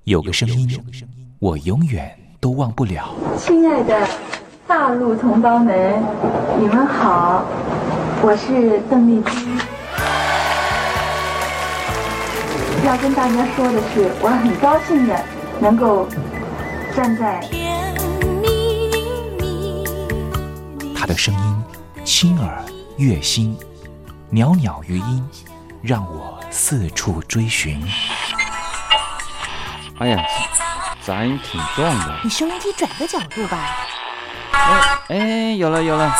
有个声音，我永远都忘不了。 亲爱的大陆同胞们，你们好，我是邓丽君。要跟大家说的是，我很高兴的能够站在她的声音轻耳悦心，袅袅余音，让我四处追寻。 哎呀，杂音挺重的。 你收音机转个角度吧。 哎，有了有了。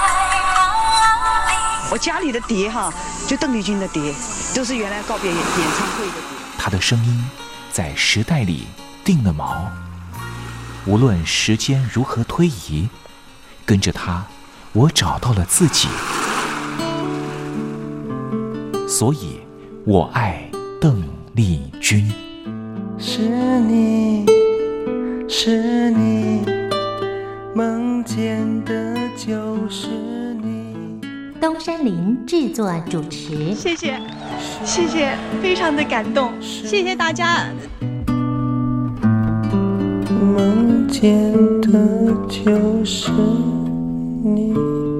我家里的碟哈，就邓丽君的碟，都是原来告别演唱会的碟。 她的声音在时代里定了锚，无论时间如何推移，跟着她，我找到了自己。所以，我爱邓丽君。 是你，是你，梦见的就是你。 东山林制作主持， 谢谢，谢谢，非常的感动，谢谢大家。 梦见的就是你。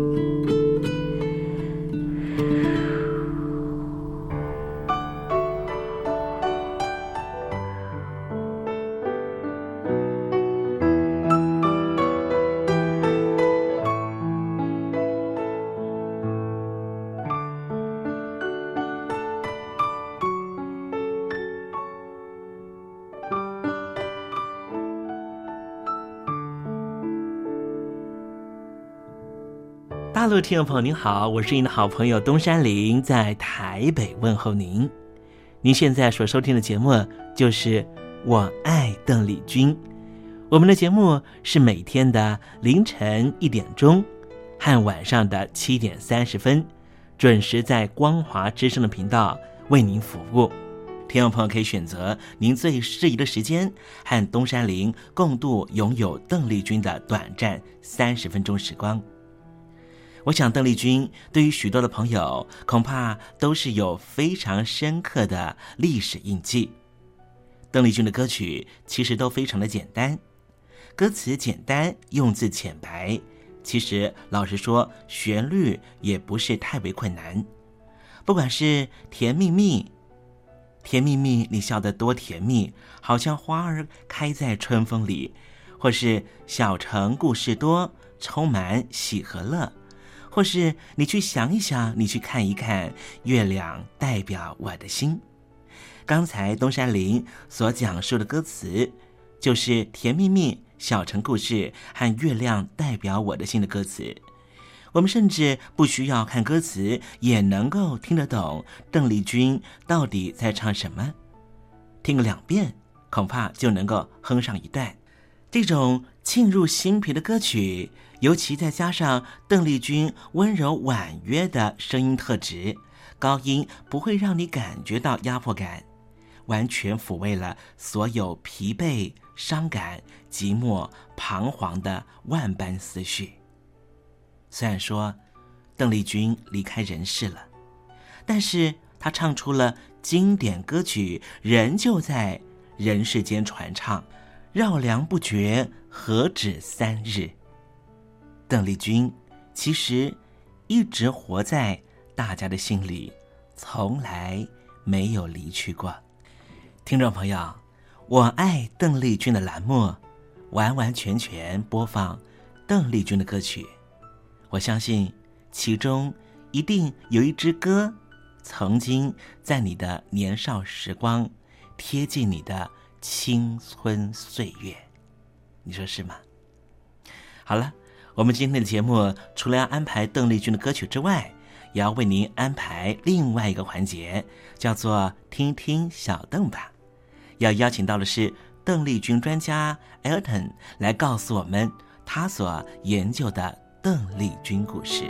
大陆听众朋友您好，我是您的好朋友东山林，在台北问候您。您现在所收听的节目就是我爱邓丽君。我们的节目是每天的凌晨1点钟和晚上的7点30分，准时在光华之声的频道为您服务。听众朋友可以选择您最适宜的时间，和东山林共度拥有邓丽君的短暂30分钟时光。我想邓丽君对于许多的朋友恐怕都是有非常深刻的历史印记。邓丽君的歌曲其实都非常的简单，歌词简单，用字浅白，其实老实说旋律也不是太为困难。不管是甜蜜蜜，甜蜜蜜你笑得多甜蜜，好像花儿开在春风里，或是小城故事多，充满喜和乐，或是你去想一想，你去看一看，月亮代表我的心。刚才东山林所讲述的歌词，就是甜蜜蜜、小城故事和月亮代表我的心的歌词。我们甚至不需要看歌词，也能够听得懂邓丽君到底在唱什么。听个2遍，恐怕就能够哼上一段。这种沁入心脾的歌曲，尤其再加上邓丽君温柔婉约的声音特质，高音不会让你感觉到压迫感，完全抚慰了所有疲惫、伤感、寂寞、彷徨的万般思绪。虽然说邓丽君离开人世了，但是她唱出了经典歌曲，仍旧在人世间传唱，绕梁不绝，何止3日。邓丽君其实一直活在大家的心里，从来没有离去过。听众朋友，我爱邓丽君的栏目完完全全播放邓丽君的歌曲，我相信其中一定有一支歌曾经在你的年少时光贴近你的青春岁月，你说是吗？好了，我们今天的节目除了要安排邓丽君的歌曲之外，也要为您安排另外一个环节，叫做听听小邓吧。要邀请到的是邓丽君专家 Elton 来告诉我们他所研究的邓丽君故事。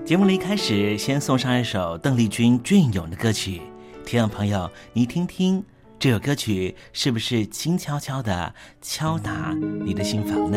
节目的一开始，先送上一首邓丽君隽永的歌曲。听众朋友，你听听这首歌曲是不是轻悄悄地敲打你的心房呢？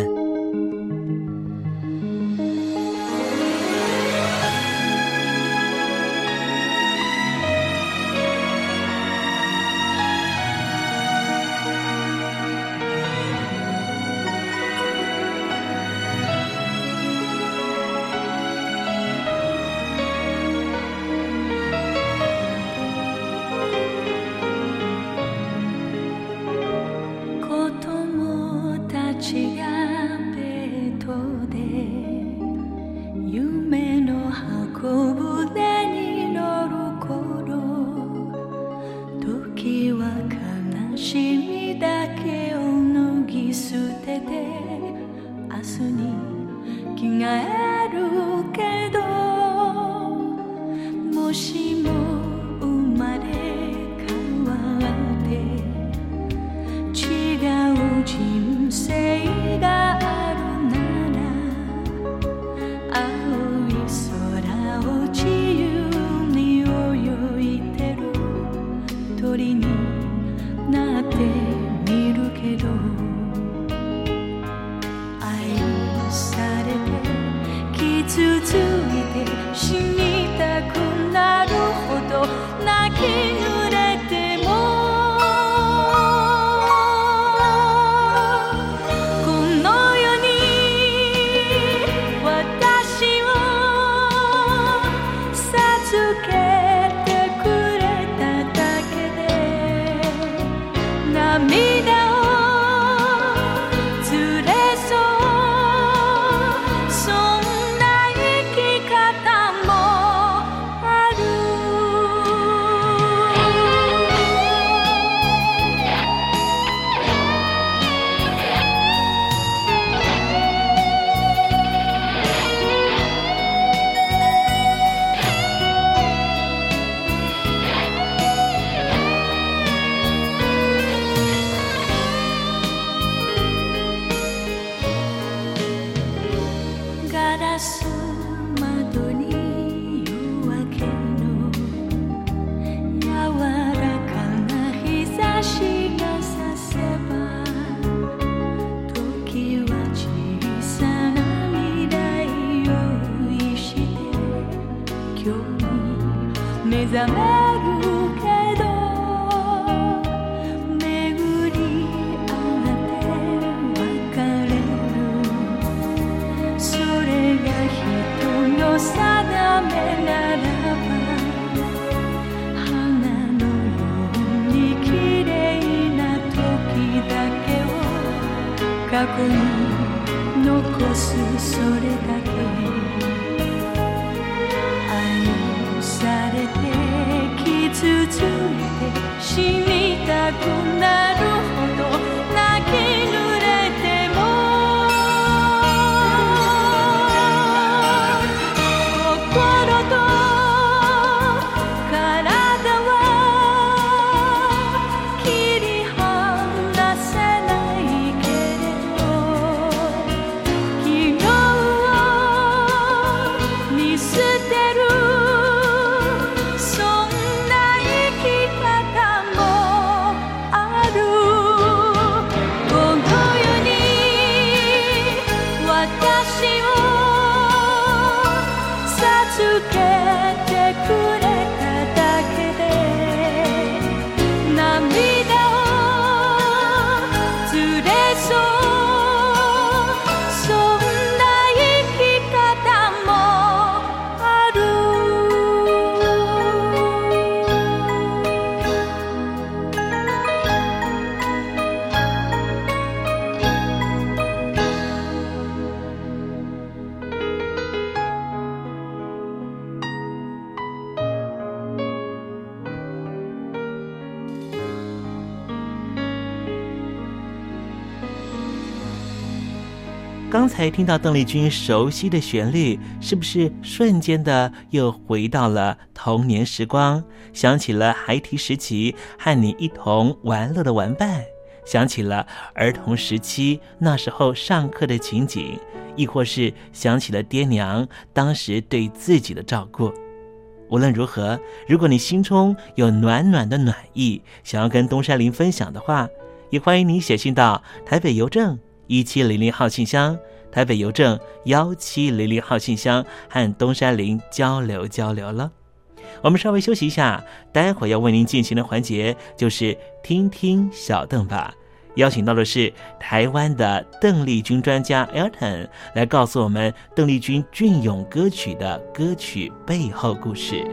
刚才听到邓丽君熟悉的旋律，是不是瞬间的又回到了童年时光，想起了孩提时期和你一同玩乐的玩伴，想起了儿童时期那时候上课的情景， 亦或是想起了爹娘当时对自己的照顾。无论如何，如果你心中有暖暖的暖意，想要跟东山林分享的话，也欢迎你写信到台北邮政1700号信箱，台北邮政1700号信箱，和东山林交流了。我们稍微休息一下，待会要为您进行的环节就是听听小邓吧。邀请到的是台湾的邓丽君专家 Elton 来告诉我们邓丽君隽永歌曲的歌曲背后故事。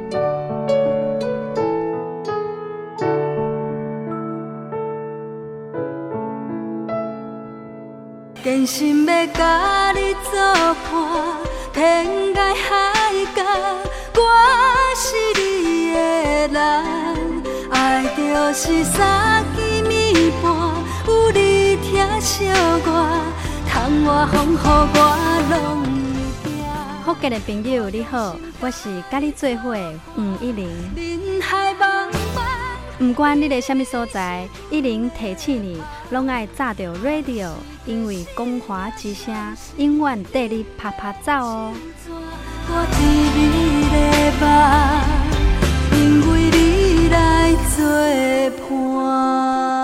真心要甲你作伴，天涯海角，我是你的人，爱就是三更暝半。有你疼惜我，窗外风雨我拢会惊。 福建的朋友你好，我是甲你做伙黄一玲。 人海茫茫， 不管你在什么所在，一玲提醒你，拢爱炸着 radio， 因为光华之声永远带你啪啪走哦。 我知你的梦，因为你来作伴。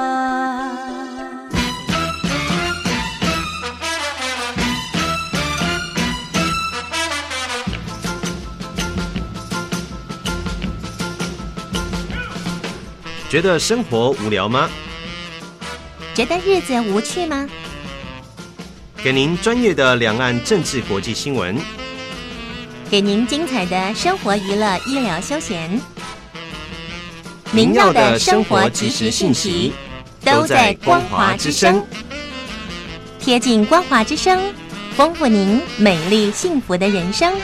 觉得生活无聊吗？ 觉得日子无趣吗？ 给您专业的两岸政治国际新闻， 给您精彩的生活娱乐医疗休闲，您要的生活即时信息都在光华之声。贴近光华之声，丰富您美丽幸福的人生。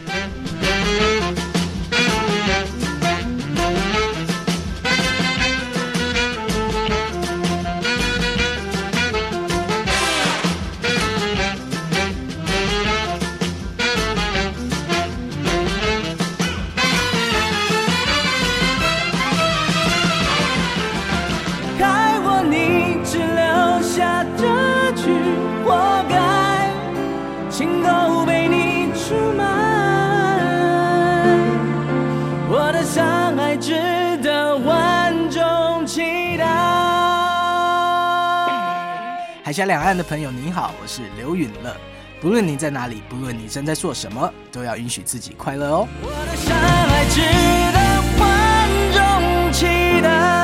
海峡两岸的朋友您好，我是刘允乐。不论你在哪里，不论你正在做什么，都要允许自己快乐哦。我的相爱值得万众期待。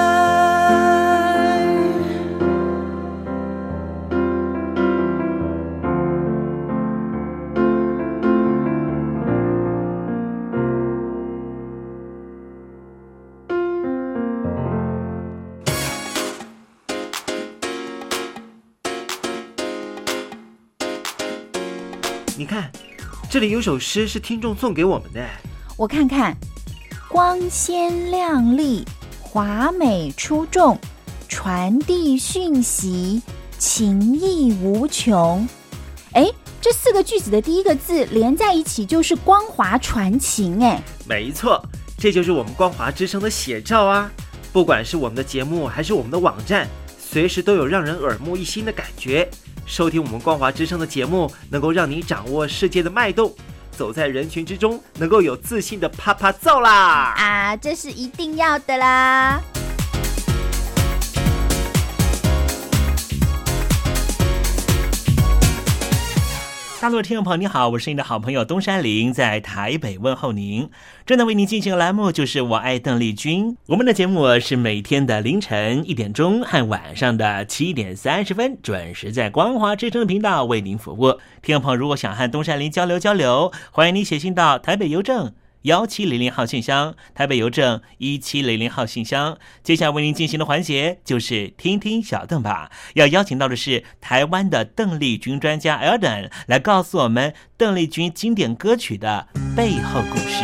你看，这里有首诗是听众送给我们的。 我看看，光鲜亮丽，华美出众，传递讯息，情意无穷。哎，这4个句子的第一个字连在一起就是光华传情。哎， 没错，这就是我们光华之声的写照啊！不管是我们的节目还是我们的网站，随时都有让人耳目一新的感觉。收听我们光华之声的节目，能够让你掌握世界的脉动，走在人群之中，能够有自信的啪啪照啦！ 啊，这是一定要的啦！ 大陆的听众朋友你好，我是你的好朋友东山林，在台北问候您。正在为您进行的栏目就是我爱邓丽君，我们的节目是每天的凌晨1点钟和晚上的7点30分准时在光华之声的频道为您服务。听众朋友如果想和东山林交流，欢迎你写信到台北邮政1700号信箱，台北邮政1700号信箱。接下来为您进行的环节就是听听小邓吧，要邀请到的是台湾的邓丽君专家 Elton 来告诉我们邓丽君经典歌曲的背后故事。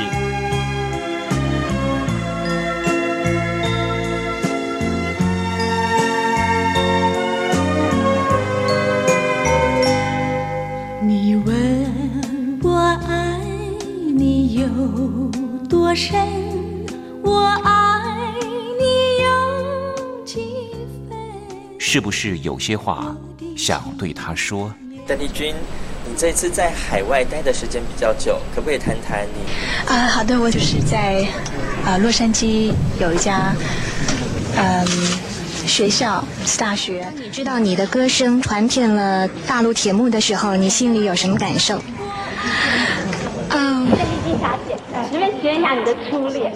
你问我爱你有多深，我爱你有几分。 是不是有些话想对他说？ 邓丽君你这次在海外待的时间比较久，可不可以谈谈你？ 好的，我就是在洛杉矶有一家学校是大学。你知道你的歌声传遍了大陆铁幕的时候，你心里有什么感受？ 邓丽君小姐，随便学一下你的初恋。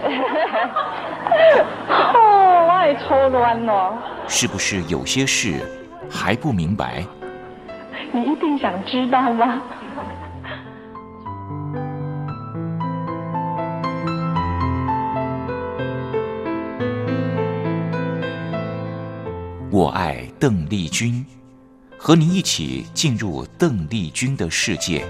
哦，我也初恋了。 是不是有些事还不明白？ 你一定想知道吗？ 我爱邓丽君，和您一起进入邓丽君的世界。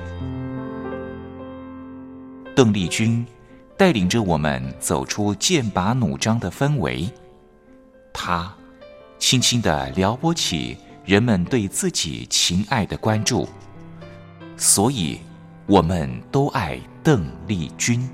邓丽君带领着我们走出剑拔弩张的氛围，她轻轻地撩拨起人们对自己情爱的关注，所以我们都爱邓丽君。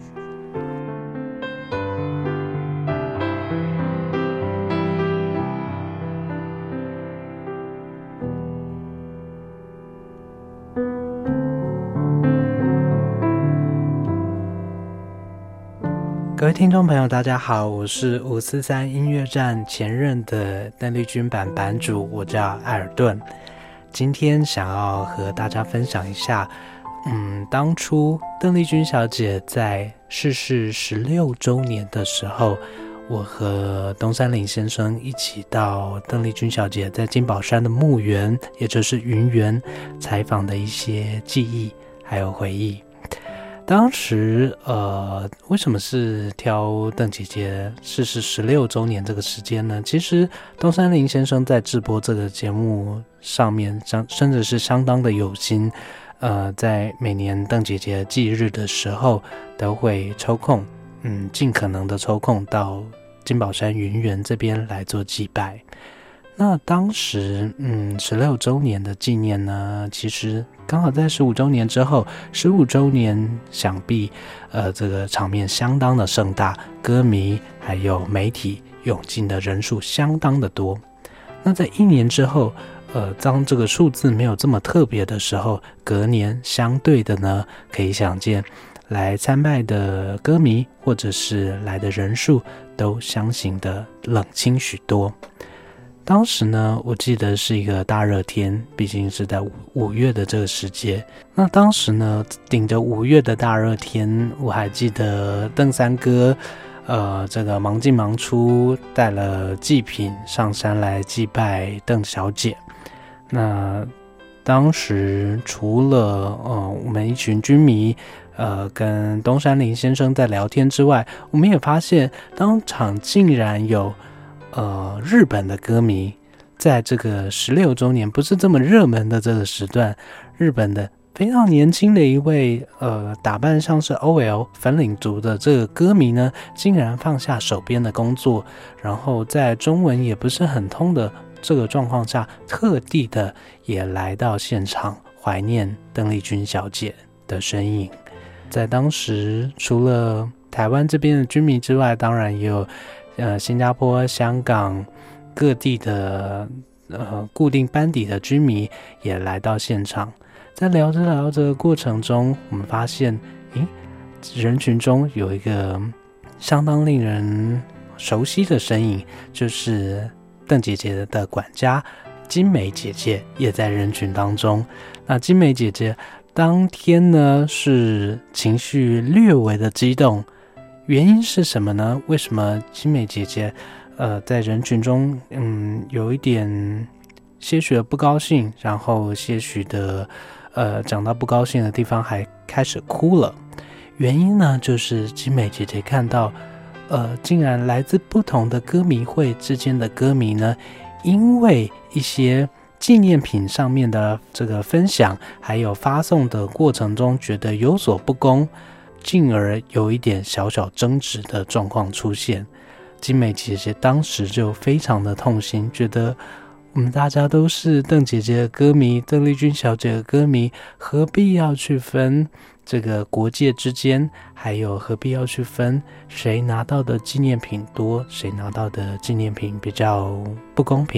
各位听众朋友大家好，我是543音乐站前任的邓丽君版版主，我叫艾尔顿。今天想要和大家分享一下当初邓丽君小姐在逝世16周年的时候，我和东山林先生一起到邓丽君小姐在金宝山的墓园，也就是云园采访的一些记忆还有回忆。当时为什么是挑邓姐姐逝世16周年这个时间呢？其实东山林先生在制播这个节目上面甚至是相当的有心，在每年邓姐姐忌日的时候都会抽空尽可能的抽空到金宝山云园这边来做祭拜。那当时16周年的纪念呢，其实刚好在15周年之后，15周年想必这个场面相当的盛大，歌迷还有媒体涌进的人数相当的多。那在1年之后当这个数字没有这么特别的时候，隔年相对的呢，可以想见来参拜的歌迷或者是来的人数都相形的冷清许多。当时呢，我记得是一个大热天，毕竟是在5月的这个时节。那当时呢，顶着5月的大热天，我还记得邓三哥这个忙进忙出，带了祭品上山来祭拜邓小姐。那当时除了我们一群军迷跟东山林先生在聊天之外，我们也发现当场竟然有日本的歌迷在这个16周年不是这么热门的这个时段，日本的非常年轻的一位打扮像是 OL 粉领族的这个歌迷呢，竟然放下手边的工作，然后在中文也不是很通的这个状况下，特地的也来到现场怀念邓丽君小姐的身影。在当时除了台湾这边的军迷之外，当然也有新加坡、香港各地的固定班底的军迷也来到现场。在聊着聊着的过程中，我们发现人群中有一个相当令人熟悉的身影，就是邓姐姐的管家金梅姐姐也在人群当中。那金梅姐姐当天呢是情绪略微的激动，原因是什么呢？为什么金梅姐姐在人群中有一点些许的不高兴，然后些许的讲到不高兴的地方还开始哭了？原因呢，就是金梅姐姐看到竟然来自不同的歌迷会之间的歌迷呢，因为一些纪念品上面的这个分享还有发送的过程中觉得有所不公，进而有一点小小争执的状况出现。金梅姐姐当时就非常的痛心，觉得我们大家都是邓姐姐的歌迷，邓丽君小姐的歌迷，何必要去分这个国界之间，还有何必要去分谁拿到的纪念品多，谁拿到的纪念品比较不公平。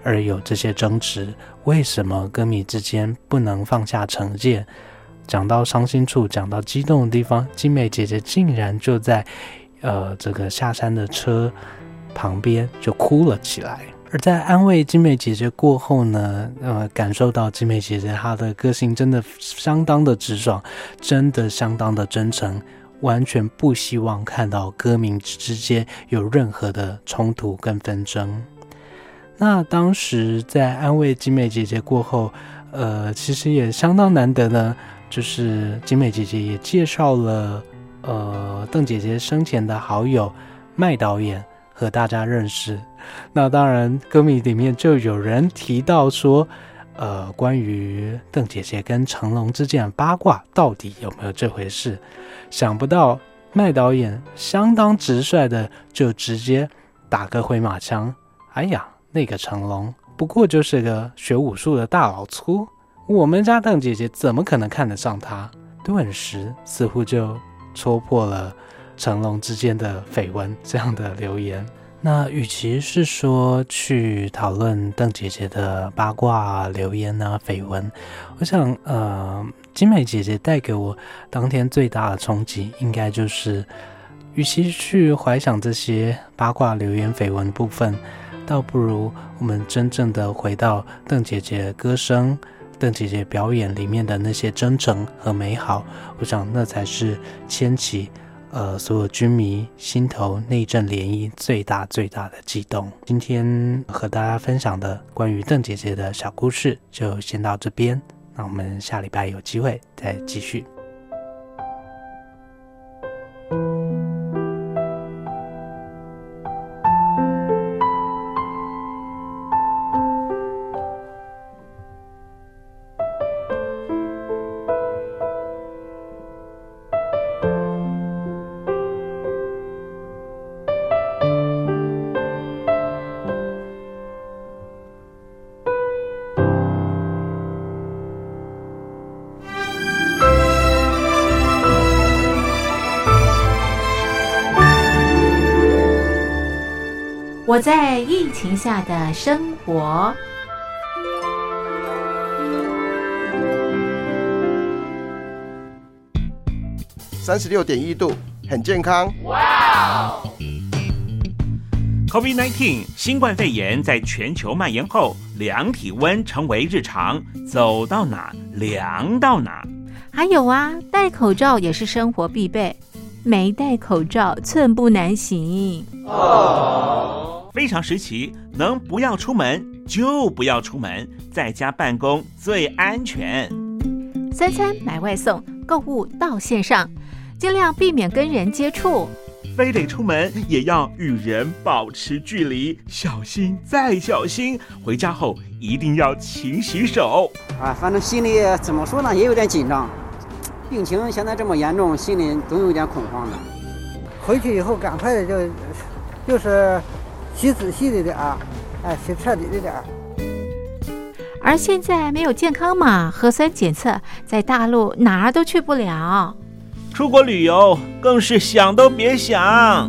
而有这些争执？为什么歌迷之间不能放下成见？讲到伤心处，讲到激动的地方，金美姐姐竟然就在这个下山的车旁边就哭了起来。而在安慰金美姐姐过后呢，感受到金美姐姐她的个性真的相当的直爽，真的相当的真诚，完全不希望看到歌迷之间有任何的冲突跟纷争。那当时在安慰金美姐姐过后，其实也相当难得呢，就是金美姐姐也介绍了邓姐姐生前的好友麦导演和大家认识。那当然歌迷里面就有人提到说关于邓姐姐跟成龙之间的八卦到底有没有这回事。想不到麦导演相当直率的就直接打个回马枪，哎呀，那个成龙不过就是个学武术的大老粗，我们家邓姐姐怎么可能看得上他？顿时似乎就戳破了成龙之间的绯闻这样的留言。那与其是说去讨论邓姐姐的八卦留言啊绯闻，我想金美姐姐带给我当天最大的冲击，应该就是与其去怀想这些八卦留言绯闻的部分，倒不如我们真正的回到邓姐姐歌声、邓姐姐表演里面的那些真诚和美好，我想那才是牵起所有军迷心头那一阵涟漪最大的激动。今天和大家分享的关于邓姐姐的小故事就先到这边，那我们下礼拜有机会再继续。 我在疫情下的生活。 36.1度，很健康。 哇！COVID-19 新冠肺炎在全球蔓延后，量体温成为日常，走到哪量到哪。 还有啊，戴口罩也是生活必备，没戴口罩寸步难行。 非常时期，能不要出门就不要出门，在家办公最安全。 三餐买外送，购物到线上，尽量避免跟人接触。 非得出门也要与人保持距离，小心再小心。回家后一定要勤洗手。 反正心里怎么说呢，也有点紧张。病情现在这么严重，心里总有点恐慌的。 回去以后赶快的就是洗仔细的点儿，洗彻底的点儿。 而现在没有健康码、核酸检测，在大陆哪儿都去不了。 出国旅游更是想都别想。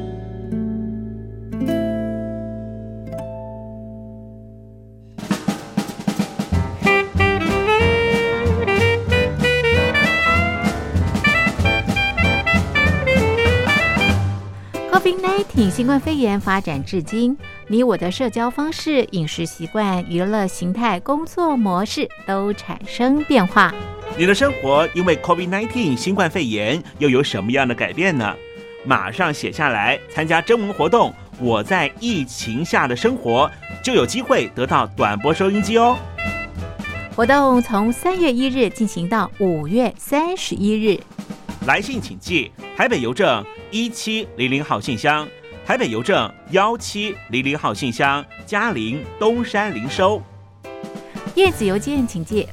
COVID-19 新冠肺炎发展至今，你我的社交方式、饮食习惯、娱乐形态、工作模式都产生变化。 你的生活因为 COVID-19 新冠肺炎又有什么样的改变呢？马上写下来，参加征文活动，我在疫情下的生活，就有机会得到短波收音机哦。 活动从3月1日进行到5月31日。 来信请寄台北邮政1700号信箱，台北邮政1700号信箱，嘉陵东山零收。 电子邮件请寄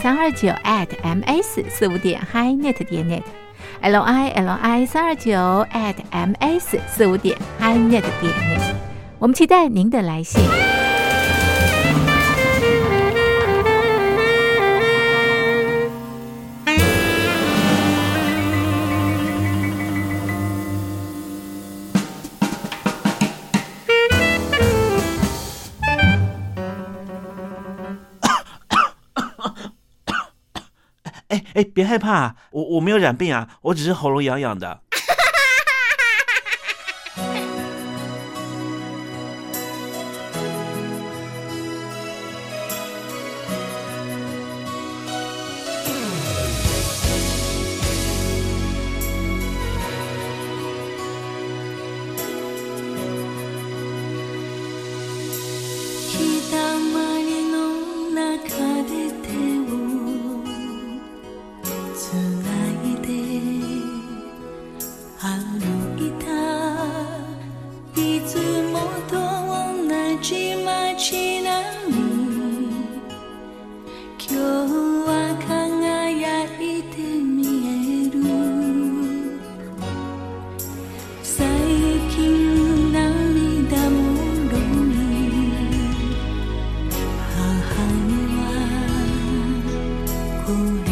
lily329@ms45.highnet.net lili329@ms45.highnet.net。我们期待您的来信。 别害怕，我没有染病啊，我只是喉咙痒痒的。 母